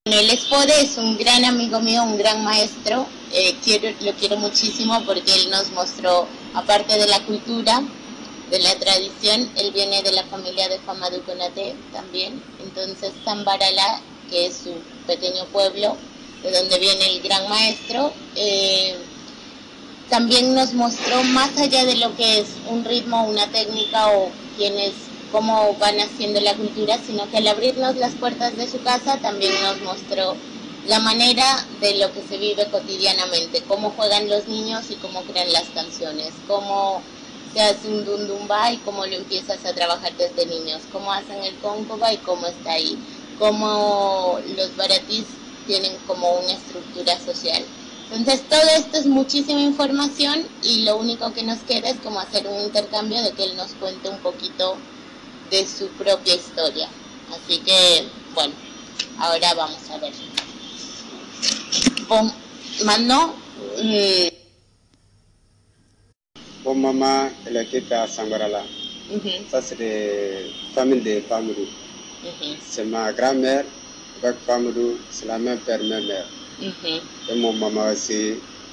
El Espode es un gran amigo mío, un gran maestro. Lo quiero muchísimo porque él nos mostró, aparte de la cultura, de la tradición, él viene de la familia de Famadou Konaté también. Entonces Tambarala, que es su pequeño pueblo, de donde viene el gran maestro, también nos mostró más allá de lo que es un ritmo, una técnica o quienes cómo van haciendo la cultura, sino que al abrirnos las puertas de su casa también nos mostró la manera de lo que se vive cotidianamente, cómo juegan los niños y cómo crean las canciones, cómo se hace un dundumba y cómo lo empiezas a trabajar desde niños, cómo hacen el cóncova y cómo está ahí, cómo los baratís tienen como una estructura social. Entonces todo esto es muchísima información y lo único que nos queda es como hacer un intercambio de que él nos cuente un poquito de su propia historia. Así que, bueno, ahora vamos a ver. Mano, Bon maman, elle était à Sangarala. Ça c'est des familles de Pamoudou. C'est ma grand-mère avec Pamoudou, c'est la même père, même mère. Et mon maman aussi.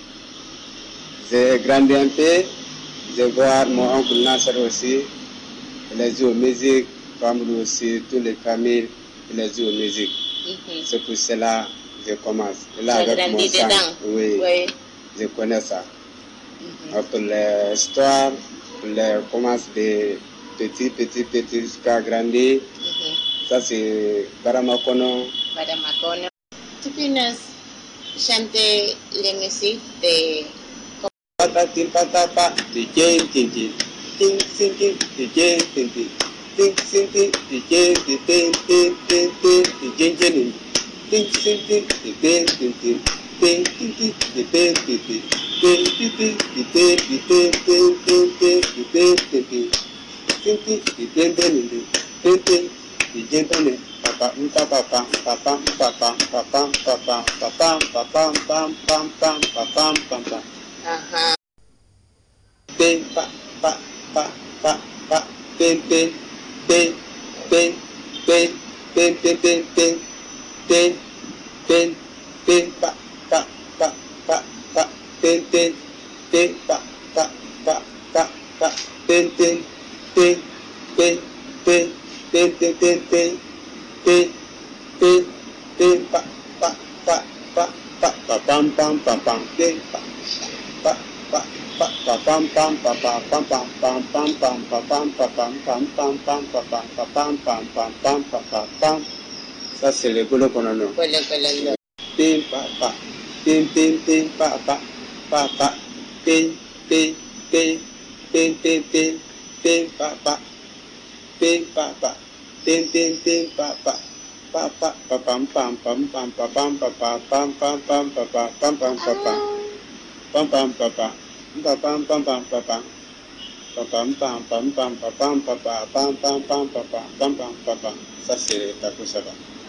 J'ai grandi un peu, je vois mon oncle Nasser aussi, il a joué aux musique, Pamoudou aussi, toutes les familles, il a joué aux musique. C'est pour cela que je commence. Et là, avec mon sang, oui, je connais ça. Pour l'histoire, commence de petit jusqu'à grandir. Ça c'est Baramakono. Baramakono. ¿Tú tienes gente de music de Patatin patapa, DJ tintin, ting sintin, DJ tintin, ting sintin, DJ tintin, ting tintin, DJ jenin, ting sintin, DJ tintin, ting tintin, DJ tintin, ting tintin, DJ tintin, ting tintin, DJ tintin, tintin, DJ jenin, tintin, DJ jenin. Papa, papa, papa, papa, papa, papa, papa, papa, papa, pam, pam, pam, pam, pam, pam. Ajá. Pen, pa, pa, pa, pa, pa, pen, pen, pen, pen, pen, pen, pen, pen, pen, pen, pen, pen, pa, pa, pa, pa, pa, pen, pen, pen, pa, pa, pa, pa, pa, pen, pen, pen, pen, pen, pen, pen, pen, pen, pen, pen, pen, pa, pa, pa, pa, pa, pa, pam, pam, pam, pam, pen, pa, pa, pa. Pam pam pam pam pam pam pam pam pam pam pam pam pam pam pam pam pam pam pam. Ça c'est le golo konono. Pim pa pa, pim pim pim pa pa, pa pa, pim pim pim pim pim pim pim pa pa, pim pa pa, pim pim pim pa pa, pa pa pa pam pam pam pam pam pam pam pam pam pam pam pam pam pam pam pam pam. Pam pam pam pam pam pam pam pam pam pam pam pam pam pam pam pam pam pam. Ça c'est la cosa.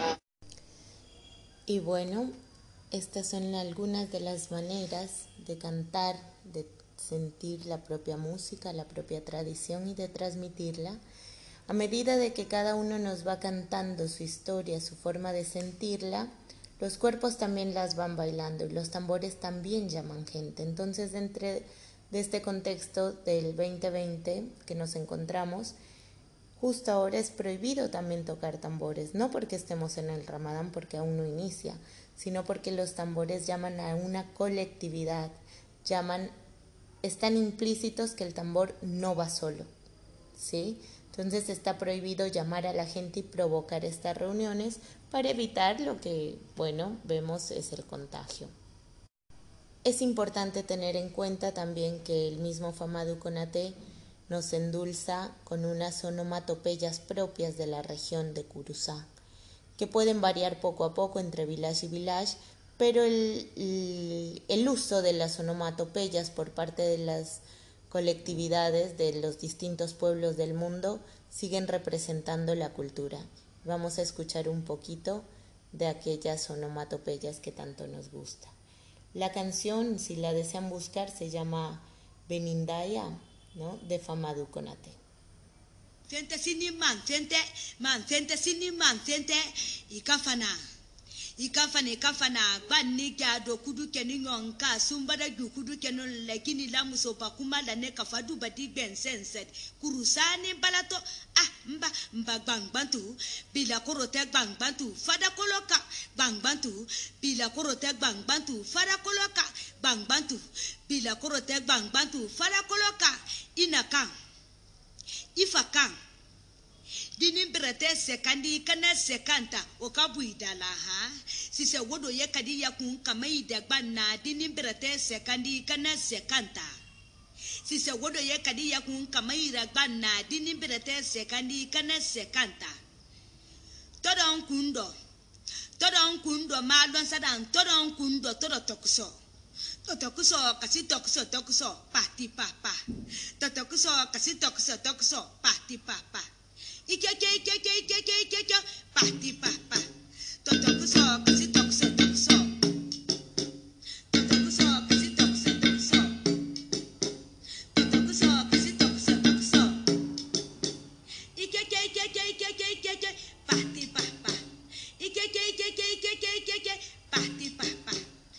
Y bueno, estas son algunas de las maneras de cantar, de sentir la propia música, la propia tradición y de transmitirla. A medida de que cada uno nos va cantando su historia, su forma de sentirla, los cuerpos también las van bailando y los tambores también llaman gente. Entonces, dentro de este contexto del 2020 que nos encontramos, justo ahora es prohibido también tocar tambores, no porque estemos en el Ramadán, porque aún no inicia, sino porque los tambores llaman a una colectividad, están implícitos que el tambor no va solo, ¿sí? Entonces está prohibido llamar a la gente y provocar estas reuniones para evitar lo que, bueno, vemos es el contagio. Es importante tener en cuenta también que el mismo Famadou Konaté nos endulza con unas onomatopeyas propias de la región de Curuzá, que pueden variar poco a poco entre village y village, pero el uso de las onomatopeyas por parte de las colectividades de los distintos pueblos del mundo siguen representando la cultura. Vamos a escuchar un poquito de aquellas onomatopeyas que tanto nos gusta. La canción, si la desean buscar, se llama Benindaya, ¿no?, de Famadou Konaté. Sente sini man sente sini man sente ikafana ikafana banni do kudu keningon ka sumbada du kudu kenon lekini la musopa kumala ne kafadu badi ben senset kurusani balato mba bangbantu bila korote bangbantu fada koloka bangbantu bila korote bangbantu fada koloka bangbantu bila korote bangbantu fada koloka inaka ifaka dini brete sekandi kana sekanta okabuidala ha sise wodo ye kadi yakun kamai dagbanna dini brete sekandi kana sekanta sise wodo ye kadi yakun kamai ragbanna dini brete sekandi kana sekanta todon kundo malon sadan todon kundo todo tokso tokuso kasi tokso pati papa tokuso kasi tokso pati papa ike pati papa tokuso kasi tokso tokuso kasi tokso kasi tokso ike pati papa ike pati papa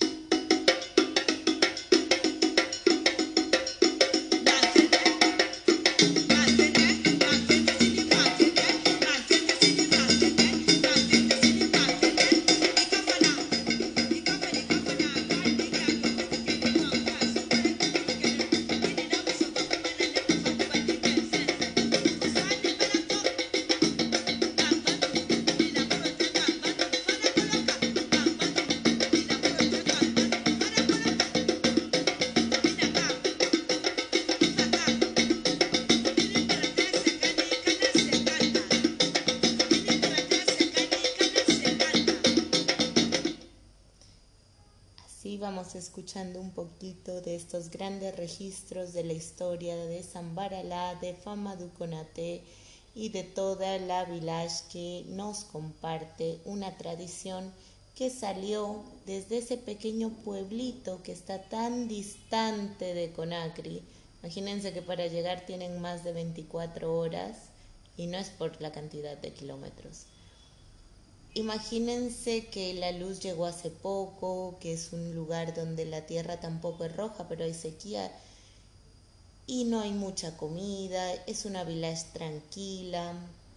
Vamos escuchando un poquito de estos grandes registros de la historia de Sambaralá, de Famaduconate y de toda la village que nos comparte una tradición que salió desde ese pequeño pueblito que está tan distante de Conakry. Imagínense que para llegar tienen más de 24 horas y no es por la cantidad de kilómetros. Imagínense que la luz llegó hace poco, que es un lugar donde la tierra tampoco es roja, pero hay sequía y no hay mucha comida, es una village tranquila.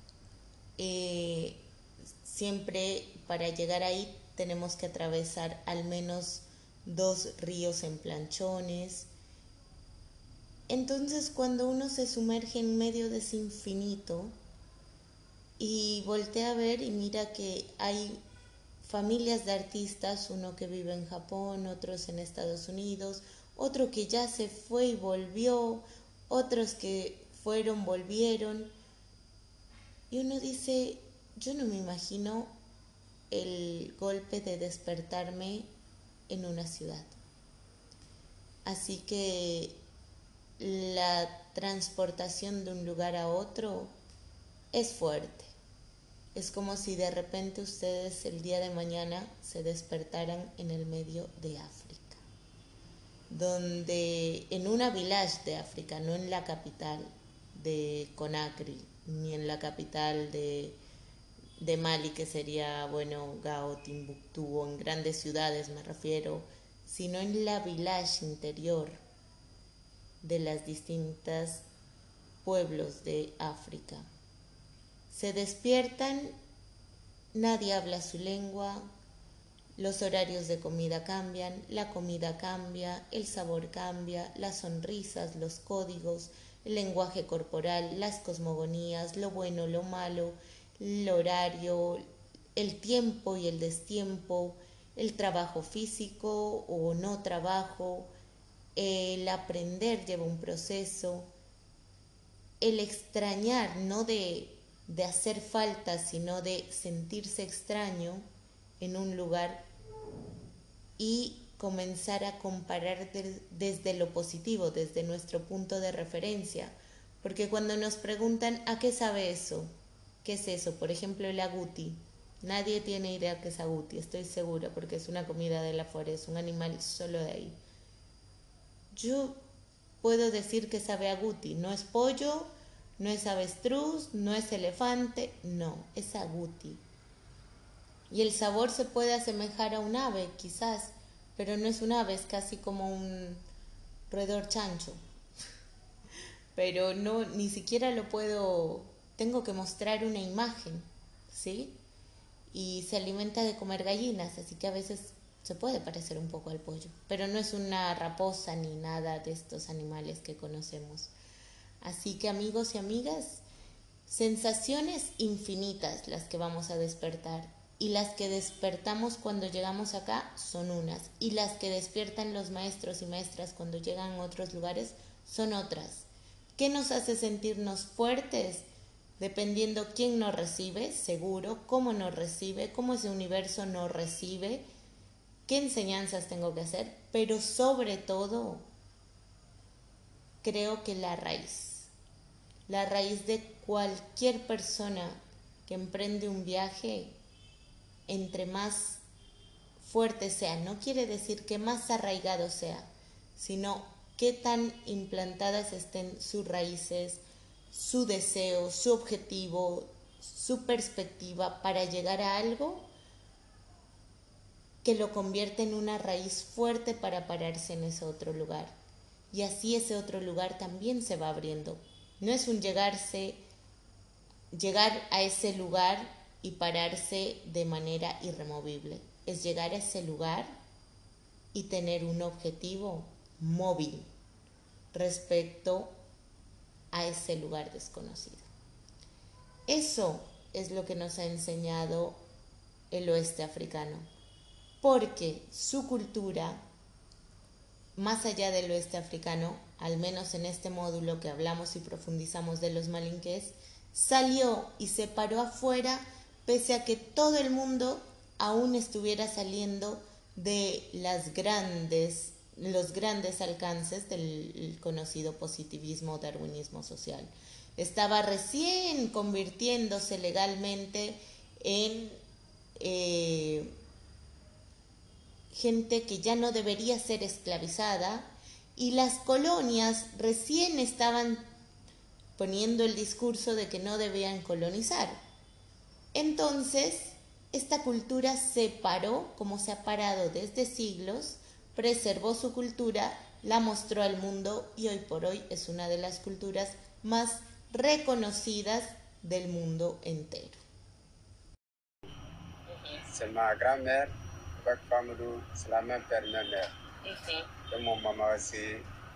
Siempre para llegar ahí tenemos que atravesar al menos 2 ríos en planchones. Entonces cuando uno se sumerge en medio de ese infinito, y voltea a ver y mira que hay familias de artistas, uno que vive en Japón, otros en Estados Unidos, otro que ya se fue y volvió, otros que fueron, volvieron. Y uno dice, yo no me imagino el golpe de despertarme en una ciudad. Así que la transportación de un lugar a otro es fuerte. Es como si de repente ustedes el día de mañana se despertaran en el medio de África, donde en una village de África, no en la capital de Conakry, ni en la capital de Mali, que sería, Gao, Timbuktu, o en grandes ciudades me refiero, sino en la village interior de las distintas pueblos de África. Se despiertan, nadie habla su lengua, los horarios de comida cambian, la comida cambia, el sabor cambia, las sonrisas, los códigos, el lenguaje corporal, las cosmogonías, lo bueno, lo malo, el horario, el tiempo y el destiempo, el trabajo físico o no trabajo, el aprender lleva un proceso, el extrañar, no de hacer falta, sino de sentirse extraño en un lugar y comenzar a comparar desde lo positivo, desde nuestro punto de referencia. Porque cuando nos preguntan ¿a qué sabe eso? ¿Qué es eso? Por ejemplo, el agouti. Nadie tiene idea qué es agouti, estoy segura, porque es una comida de la foresta, un animal solo de ahí. Yo puedo decir que sabe agouti, no es pollo, no es avestruz, no es elefante, no, es agouti. Y el sabor se puede asemejar a un ave, quizás, pero no es un ave, es casi como un roedor chancho. Pero no, ni siquiera lo puedo, tengo que mostrar una imagen, ¿sí? Y se alimenta de comer gallinas, así que a veces se puede parecer un poco al pollo, pero no es una raposa ni nada de estos animales que conocemos. Así que amigos y amigas, sensaciones infinitas las que vamos a despertar, y las que despertamos cuando llegamos acá son unas, y las que despiertan los maestros y maestras cuando llegan a otros lugares son otras. ¿Qué nos hace sentirnos fuertes? Dependiendo quién nos recibe, seguro, cómo nos recibe, cómo ese universo nos recibe, qué enseñanzas tengo que hacer, pero sobre todo, creo que la raíz de cualquier persona que emprende un viaje, entre más fuerte sea, no quiere decir que más arraigado sea, sino qué tan implantadas estén sus raíces, su deseo, su objetivo, su perspectiva para llegar a algo que lo convierte en una raíz fuerte para pararse en ese otro lugar. Y así ese otro lugar también se va abriendo. No es un llegar a ese lugar y pararse de manera irremovible. Es llegar a ese lugar y tener un objetivo móvil respecto a ese lugar desconocido. Eso es lo que nos ha enseñado el oeste africano, porque su cultura, más allá del oeste africano, al menos en este módulo que hablamos y profundizamos de los malinqués, salió y se paró afuera pese a que todo el mundo aún estuviera saliendo de los grandes alcances del conocido positivismo o darwinismo social. Estaba recién convirtiéndose legalmente en gente que ya no debería ser esclavizada, y las colonias recién estaban poniendo el discurso de que no debían colonizar. Entonces, esta cultura se paró, como se ha parado desde siglos, preservó su cultura, la mostró al mundo y hoy por hoy es una de las culturas más reconocidas del mundo entero. C'est ma grand-mère, avec Pamadou, c'est la même père, même mère. Et mon maman aussi.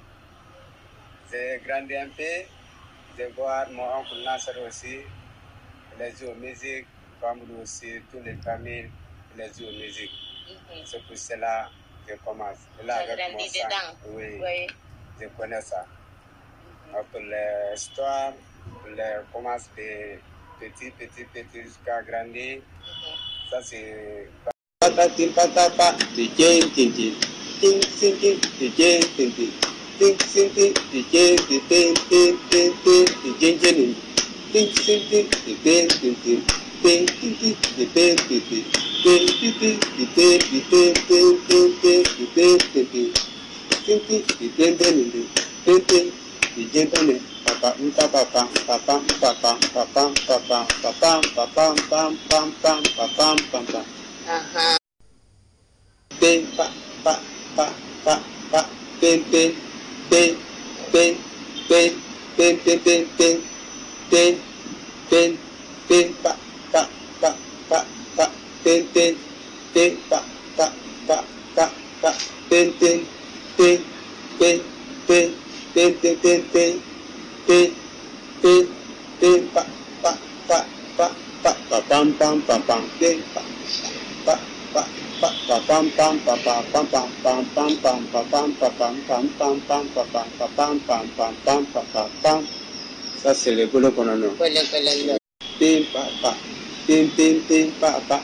J'ai grandi un peu, de voir mon oncle Nasser aussi, il joue aux musique, Pamadou aussi, tous les familles, il joue aux musique. C'est pour cela que je commence. Et là, avec mon sang, oui, je connais ça. Donc, l'histoire, on commence de petit jusqu'à grandir. Ça, c'est... Patatin patapa, tijen tintin, ting sintin, tijen tintin, ting sintin, tijen tintin, ting tintin, tijen jenin, ting sintin, tijen tintin, ting tintin, tijen tintin, ting tintin, tijen tintin, ting tintin, tijen tintin, tintin, tijen jenin, tintin, tijen jenin. Papa, papa, papa, papa, papa, papa, papa, papa, papa, pam, pam, pam, pam, pam, pam. Ajá. Pen, pa, pa, pa, pa, pa, pen, pen, pen, pen, pen, pen, pen, pen, pen, pen, pen, pen, pa, pa, pa, pa, pa, pen, pen, pen, pa, pa, pa, pa, pa, pen, pen, pen, pen, pen, pen, pen, pen, pen, pen, pen, pen, pa, pa, pa, pa, pa, pa, pam, pam, pam, pam, pen, pa, pa, pa, pa, pa, pam, pam, pa, pa, pam, pam, pam, pam, pam, pa, pam, pa, pam, pam, pam, pam, pa, pam, pa, pam, pam, pam, pam, pa, pa, pam. Ça, c'est le golo konono. Pim, pa, pa, pim, pim, pim, pa, pa,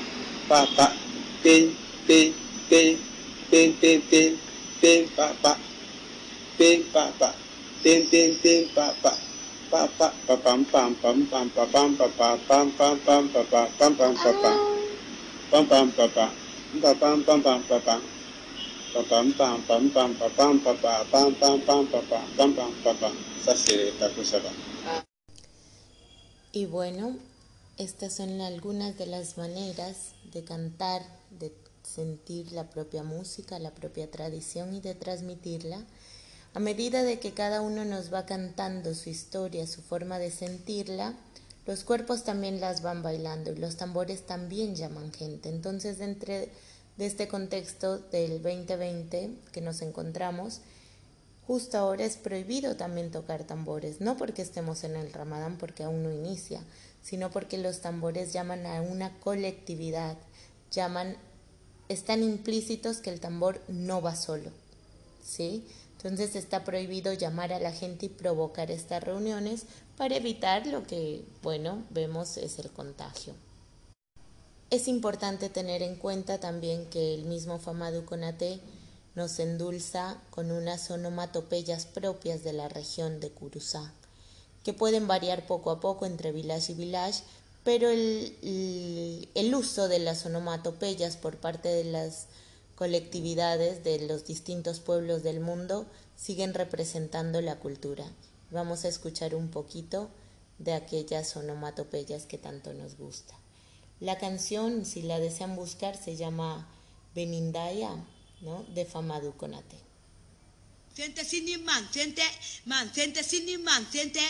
pim, pim, pim, pim, pim, pim, pim, pa, pim, pa, pim, pim, pim, pa, pa, pam, pam, pam, pam, pa, pam, pa, pam, pam, pam, pa, pam, pam, pa, pam, pam, pa, pam, pam, pam, pa, pam. Pam pam pam pam pam pam pam pam pam pam pam pam pam pam. Ça c'est ta cosa. Y bueno, Estas son algunas de las maneras de cantar, de sentir la propia música, la propia tradición y de transmitirla. A medida de que cada uno nos va cantando su historia, su forma de sentirla, los cuerpos también las van bailando y los tambores también llaman gente. Entonces, dentro de este contexto del 2020 que nos encontramos, justo ahora es prohibido también tocar tambores, no porque estemos en el Ramadán, porque aún no inicia, sino porque los tambores llaman a una colectividad, están implícitos que el tambor no va solo, ¿sí? Entonces está prohibido llamar a la gente y provocar estas reuniones para evitar lo que, vemos es el contagio. Es importante tener en cuenta también que el mismo Famadou Konaté nos endulza con unas onomatopeyas propias de la región de Curuzá, que pueden variar poco a poco entre village y village, pero el uso de las onomatopeyas por parte de las colectividades de los distintos pueblos del mundo siguen representando la cultura. Vamos a escuchar un poquito de aquellas onomatopeyas que tanto nos gusta. La canción, si la desean buscar, se llama Benindaya, ¿no?, de Famadou Konaté. Sente sini man sente sini man sente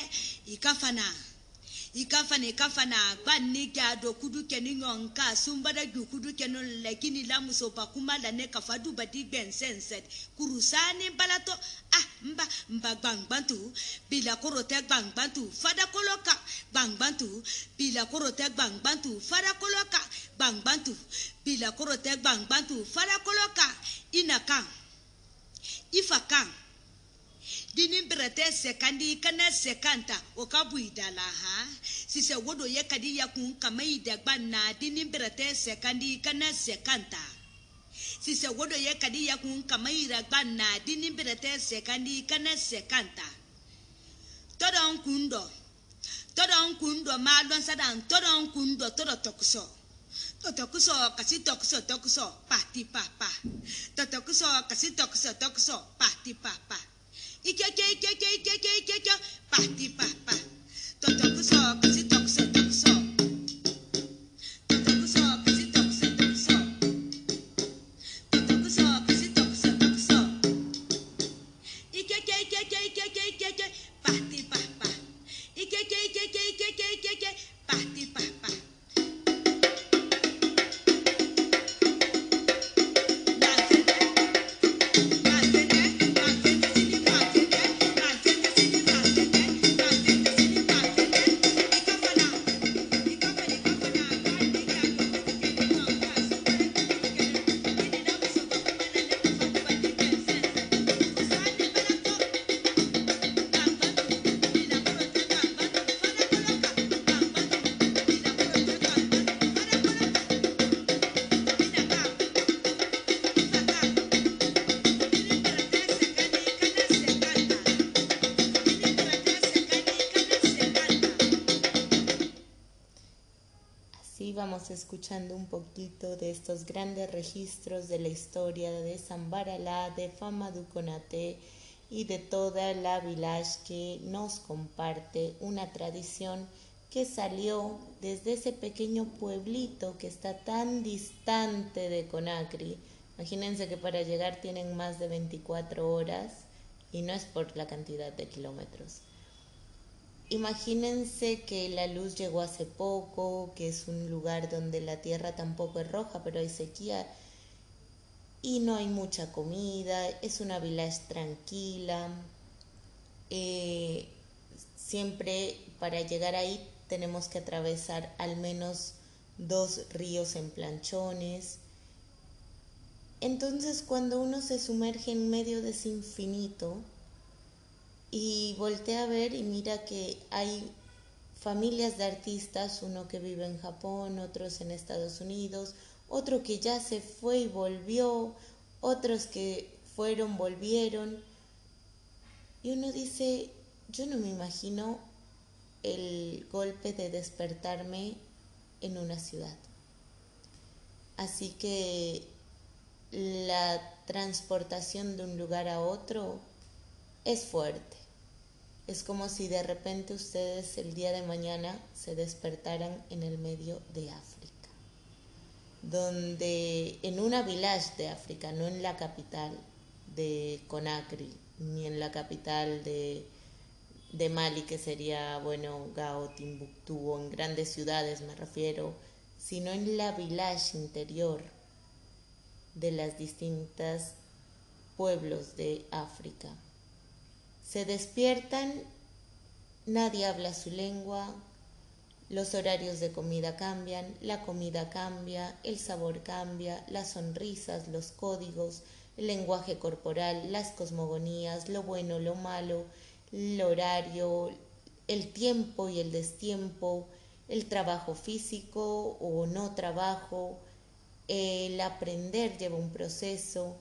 ikafana banni gado kudu keningon ka sumbada kudu kenon lekini la musopa kuma la ne kafadu badi ben senset kurusani balato mba bangbantu bila korote bangbantu fada koloka bangbantu bila korote bangbantu fada koloka bangbantu bila korote bangbantu fada koloka inakan ifakan dinin berete sekandi kana sekanta o kabuidala ha si se wodo ye kadi ya kun kamai da gbanna dinin berete sekandi kana sekanta si se wodo ye kadi ya kun kamai da gbanna dinin berete sekandi kana sekanta todon kundo malon sadan todon kundo todo tokso totokuso kasi tokso pati papa totokuso kasi tokso pati papa ike pati papa totokuso kasi tokso totokuso kasi tokso totokuso kasi tokso ike pati papa ike pati papa. Vamos escuchando un poquito de estos grandes registros de la historia de Sambaralá, de Famadou Konaté y de toda la village que nos comparte una tradición que salió desde ese pequeño pueblito que está tan distante de Conakry. Imagínense que para llegar tienen más de 24 horas y no es por la cantidad de kilómetros. Imagínense que la luz llegó hace poco, que es un lugar donde la tierra tampoco es roja, pero hay sequía y no hay mucha comida, es una village tranquila. Siempre para llegar ahí tenemos que atravesar al menos 2 ríos en planchones. Entonces, cuando uno se sumerge en medio de ese infinito, y voltea a ver y mira que hay familias de artistas, uno que vive en Japón, otros en Estados Unidos, otro que ya se fue y volvió, otros que fueron, volvieron. Y uno dice, yo no me imagino el golpe de despertarme en una ciudad. Así que la transportación de un lugar a otro es fuerte. Es como si de repente ustedes el día de mañana se despertaran en el medio de África, donde en una village de África, no en la capital de Conakry, ni en la capital de Mali, que sería, bueno, Gao, Timbuktu, o en grandes ciudades me refiero, sino en la village interior de las distintas pueblos de África. Se despiertan, nadie habla su lengua, los horarios de comida cambian, la comida cambia, el sabor cambia, las sonrisas, los códigos, el lenguaje corporal, las cosmogonías, lo bueno, lo malo, el horario, el tiempo y el destiempo, el trabajo físico o no trabajo, el aprender lleva un proceso,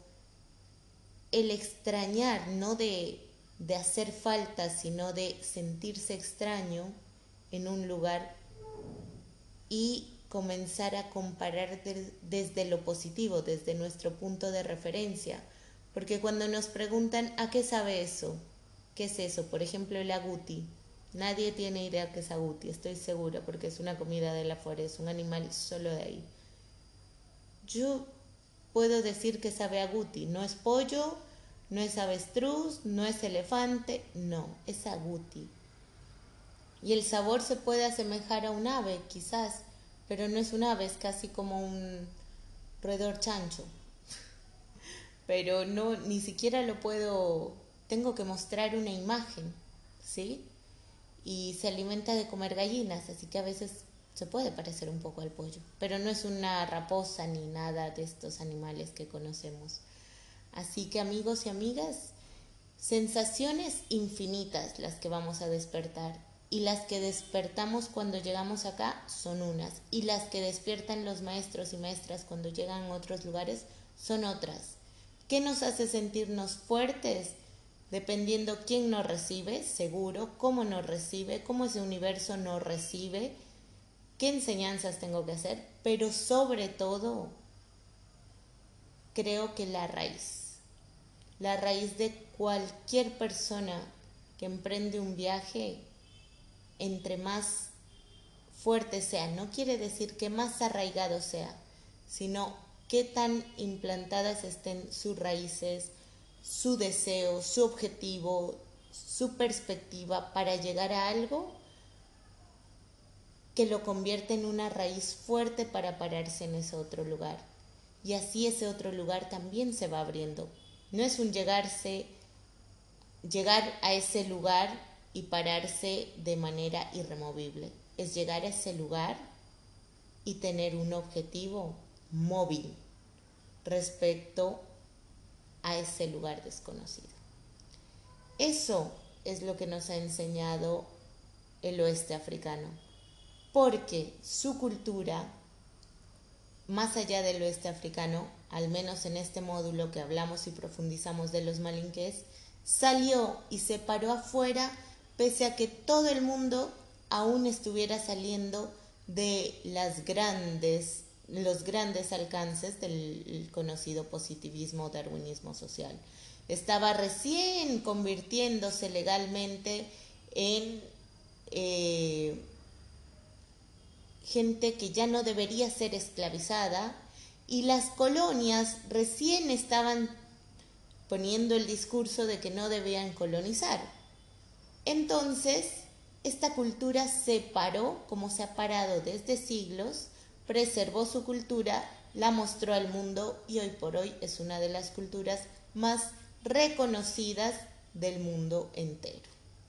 el extrañar, no de hacer falta, sino de sentirse extraño en un lugar y comenzar a comparar desde lo positivo, desde nuestro punto de referencia. Porque cuando nos preguntan ¿a qué sabe eso? ¿Qué es eso? Por ejemplo, el agouti. Nadie tiene idea qué es agouti, estoy segura, porque es una comida de la forest, un animal solo de ahí. Yo puedo decir que sabe agouti, no es pollo, no es avestruz, no es elefante, no, es agouti. Y el sabor se puede asemejar a un ave, quizás, pero no es un ave, es casi como un roedor chancho. Pero no, ni siquiera lo puedo, tengo que mostrar una imagen, ¿sí? Y se alimenta de comer gallinas, así que a veces se puede parecer un poco al pollo, pero no es una raposa ni nada de estos animales que conocemos. Así que amigos y amigas, sensaciones infinitas las que vamos a despertar, y las que despertamos cuando llegamos acá son unas, y las que despiertan los maestros y maestras cuando llegan a otros lugares son otras. ¿Qué nos hace sentirnos fuertes? Dependiendo quién nos recibe, seguro, cómo nos recibe, cómo ese universo nos recibe, qué enseñanzas tengo que hacer, pero sobre todo, creo que la raíz de cualquier persona que emprende un viaje, entre más fuerte sea, no quiere decir que más arraigado sea, sino qué tan implantadas estén sus raíces, su deseo, su objetivo, su perspectiva para llegar a algo que lo convierte en una raíz fuerte para pararse en ese otro lugar. Y así ese otro lugar también se va abriendo. No es un llegar a ese lugar y pararse de manera irremovible. Es llegar a ese lugar y tener un objetivo móvil respecto a ese lugar desconocido. Eso es lo que nos ha enseñado el oeste africano, porque su cultura, más allá del oeste africano, al menos en este módulo que hablamos y profundizamos de los malinqués, salió y se paró afuera pese a que todo el mundo aún estuviera saliendo de los grandes alcances del conocido positivismo o darwinismo social. Estaba recién convirtiéndose legalmente en gente que ya no debería ser esclavizada, y las colonias recién estaban poniendo el discurso de que no debían colonizar. Entonces, esta cultura se paró, como se ha parado desde siglos, preservó su cultura, la mostró al mundo y hoy por hoy es una de las culturas más reconocidas del mundo entero.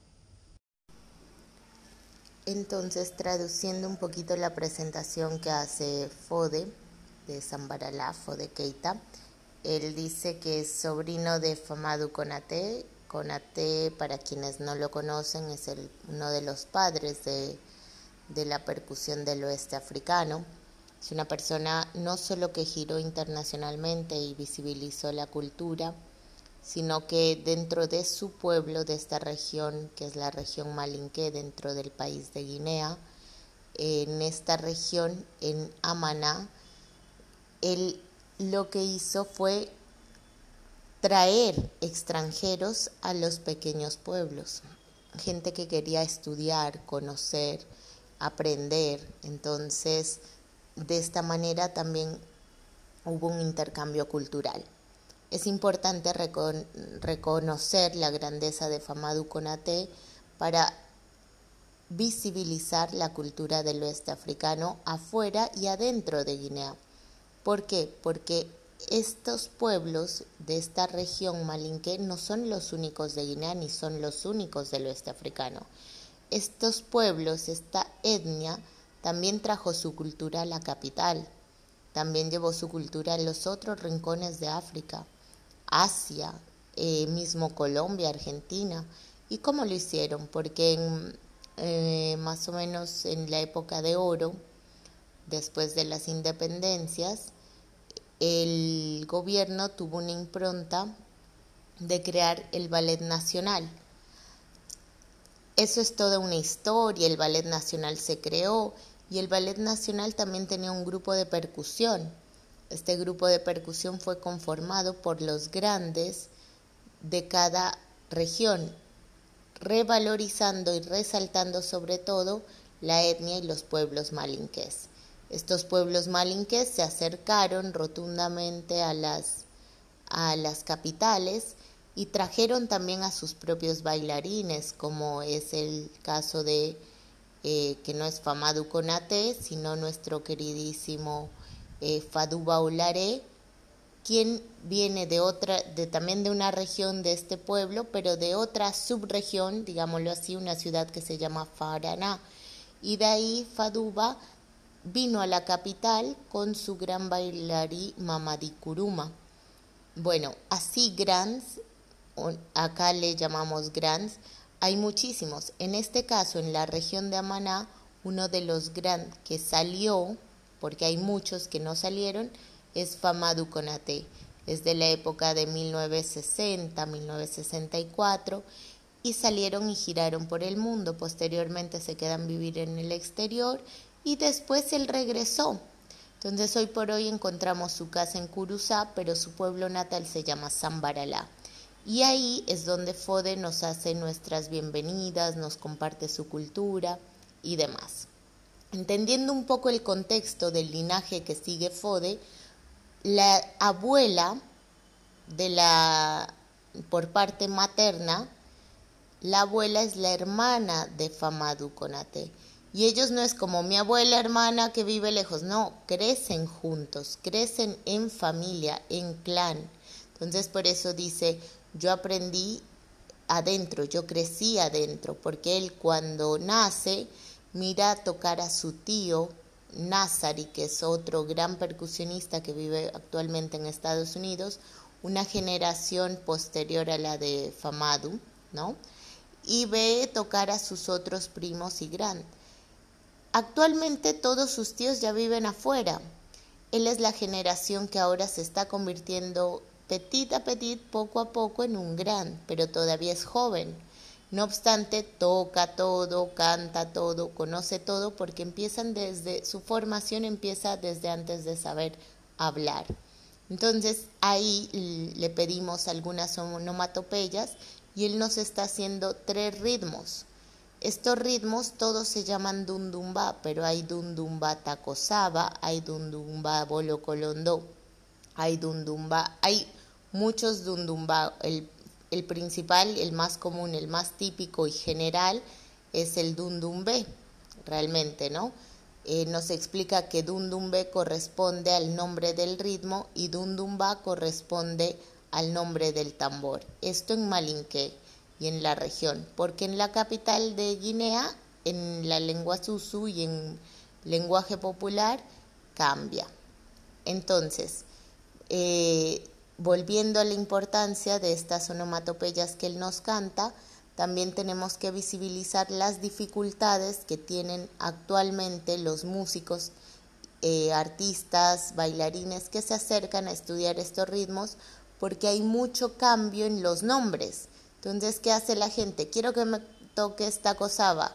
Entonces, traduciendo un poquito la presentación que hace Fode de Zambaralá, Fode Keita, él dice que es sobrino de Famadou Konaté. Konaté, para quienes no lo conocen, es uno de los padres de la percusión del oeste africano. Es una persona no solo que giró internacionalmente y visibilizó la cultura, sino que dentro de su pueblo, de esta región, que es la región malinqué dentro del país de Guinea, en esta región, en Amaná, él lo que hizo fue traer extranjeros a los pequeños pueblos gente que quería estudiar, conocer, aprender. Entonces, de esta manera también hubo un intercambio cultural. Es importante reconocer la grandeza de Famadou Konaté para visibilizar la cultura del oeste africano afuera y adentro de Guinea. ¿Por qué? Porque estos pueblos de esta región malinké no son los únicos de Guinea ni son los únicos del oeste africano. Estos pueblos, esta etnia, también trajo su cultura a la capital, también llevó su cultura a los otros rincones de África, Asia, mismo Colombia, Argentina. ¿Y cómo lo hicieron? Porque más o menos en la época de oro, después de las independencias, el gobierno tuvo una impronta de crear el Ballet Nacional. Eso es toda una historia. El Ballet Nacional se creó y el Ballet Nacional también tenía un grupo de percusión. Este grupo de percusión fue conformado por los grandes de cada región, revalorizando y resaltando sobre todo la etnia y los pueblos malinqués. Estos pueblos malinqués se acercaron rotundamente a las capitales y trajeron también a sus propios bailarines, como es el caso de, que no es Famadou Konaté, sino nuestro queridísimo Fadou Baolaré, quien viene también de una región de este pueblo, pero de otra subregión, digámoslo así, una ciudad que se llama Faraná. Y de ahí Fadouba vino a la capital con su gran bailarí Mamadi Kuruma. Bueno, así grands, acá le llamamos grands, hay muchísimos. En este caso, en la región de Amaná, uno de los grands que salió, porque hay muchos que no salieron, es Famadou Konaté. Es de la época de 1960, 1964, y salieron y giraron por el mundo. Posteriormente se quedan vivir en el exterior y después él regresó. Entonces hoy por hoy encontramos su casa en Curuzá, pero su pueblo natal se llama Zambaralá. Y ahí es donde Fode nos hace nuestras bienvenidas, nos comparte su cultura y demás. Entendiendo un poco el contexto del linaje que sigue Fode, la abuela por parte materna, la abuela es la hermana de Famadou Konaté. Y ellos no es como mi abuela hermana que vive lejos, no, crecen juntos, crecen en familia, en clan. Entonces por eso dice, yo aprendí adentro, yo crecí adentro, porque él cuando nace mira tocar a su tío Nazari, que es otro gran percusionista que vive actualmente en Estados Unidos, una generación posterior a la de Famadou, ¿no? Y ve tocar a sus otros primos y grandes. Actualmente todos sus tíos ya viven afuera. Él es la generación que ahora se está convirtiendo petit a petit, poco a poco, en un gran, pero todavía es joven. No obstante, toca todo, canta todo, conoce todo, porque su formación empieza desde antes de saber hablar. Entonces, ahí le pedimos algunas onomatopeyas y él nos está haciendo 3 ritmos. Estos ritmos todos se llaman dundumba, pero hay dundumba tacosaba, hay dundumba bolocolondó, hay muchos dundumba. El principal, el más común, el más típico y general es el dundumbé, realmente, ¿no? Nos explica que dundumbé corresponde al nombre del ritmo y dundumba corresponde al nombre del tambor. Esto en malinké y en la región, porque en la capital de Guinea, en la lengua Susu y en lenguaje popular, cambia. Entonces, volviendo a la importancia de estas onomatopeyas que él nos canta, también tenemos que visibilizar las dificultades que tienen actualmente los músicos, artistas, bailarines que se acercan a estudiar estos ritmos, porque hay mucho cambio en los nombres. Entonces, ¿qué hace la gente? Quiero que me toques tacosaba,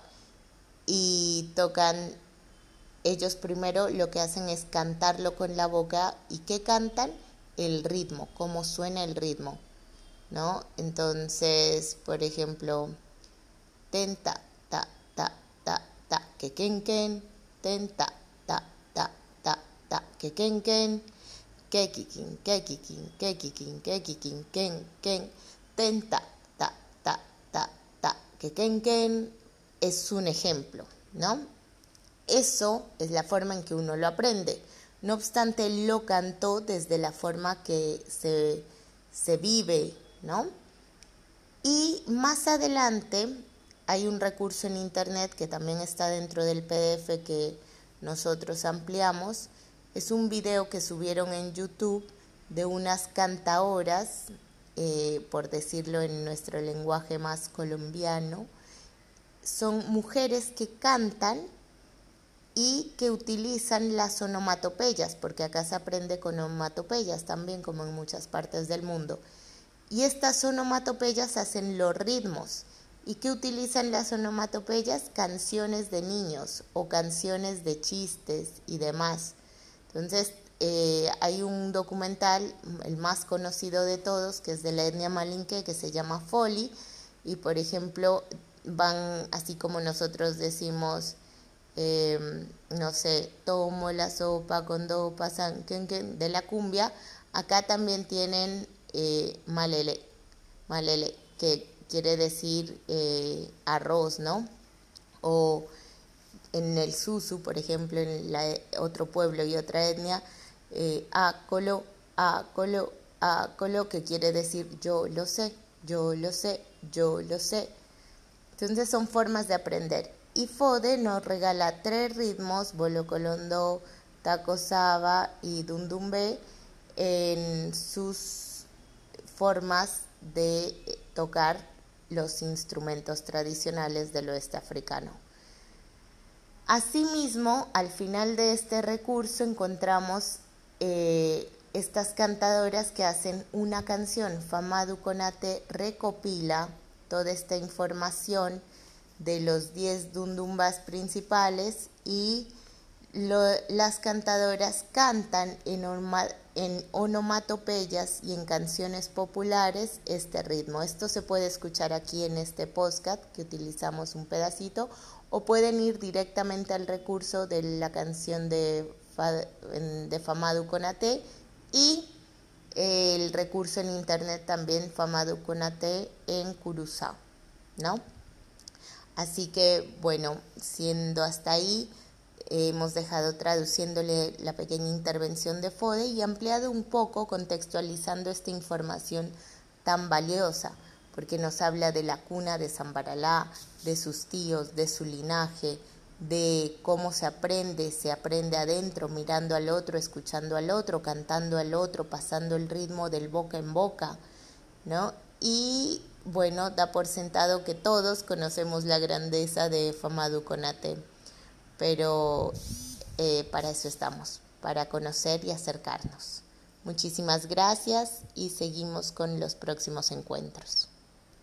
y tocan, ellos primero lo que hacen es cantarlo con la boca. ¿Y qué cantan? El ritmo, cómo suena el ritmo, ¿no? Entonces, por ejemplo, ten, ta, ta, ta, ta, ta, que ken, ten, ta, ta, ta, ta, ta, que ken, que kikin, que kikin, que kikin, que kikin, ken, ten, ta, ta, ta, ta, ta, que ken, es un ejemplo, ¿no? Eso es la forma en que uno lo aprende. No obstante, él lo cantó desde la forma que se vive, ¿no? Y más adelante hay un recurso en internet que también está dentro del PDF que nosotros ampliamos. Es un video que subieron en YouTube de unas cantaoras, por decirlo en nuestro lenguaje más colombiano. Son mujeres que cantan y que utilizan las onomatopeyas, porque acá se aprende con onomatopeyas también, como en muchas partes del mundo. Y estas onomatopeyas hacen los ritmos. ¿Y qué utilizan las onomatopeyas? Canciones de niños o canciones de chistes y demás. Entonces, hay un documental, el más conocido de todos, que es de la etnia malinké, que se llama Foli, y por ejemplo, van así como nosotros decimos, no sé, tomo la sopa con do pasan de la cumbia, acá también tienen malele, que quiere decir arroz, ¿no? O en el Susu, por ejemplo, en otro pueblo y otra etnia, acolo, que quiere decir yo lo sé, yo lo sé, yo lo sé. Entonces son formas de aprender. Y Fode nos regala 3 ritmos, bolo-colondo, taco-saba y dundumbe, en sus formas de tocar los instrumentos tradicionales del oeste africano. Asimismo, al final de este recurso encontramos estas cantadoras que hacen una canción. Famadu Konate recopila toda esta información de los 10 dundumbas principales y las cantadoras cantan en onomatopeyas y en canciones populares este ritmo. Esto se puede escuchar aquí en este podcast que utilizamos un pedacito, o pueden ir directamente al recurso de la canción de Famadu Konate y el recurso en internet también Famadu Konate en Curaçao, ¿no? Así que, bueno, siendo hasta ahí, hemos dejado traduciéndole la pequeña intervención de Fode y ampliado un poco, contextualizando esta información tan valiosa, porque nos habla de la cuna de Zambaralá, de sus tíos, de su linaje, de cómo se aprende adentro, mirando al otro, escuchando al otro, cantando al otro, pasando el ritmo del boca en boca, ¿no? Y bueno, da por sentado que todos conocemos la grandeza de Famadu Konate, pero para eso estamos, para conocer y acercarnos. Muchísimas gracias y seguimos con los próximos encuentros.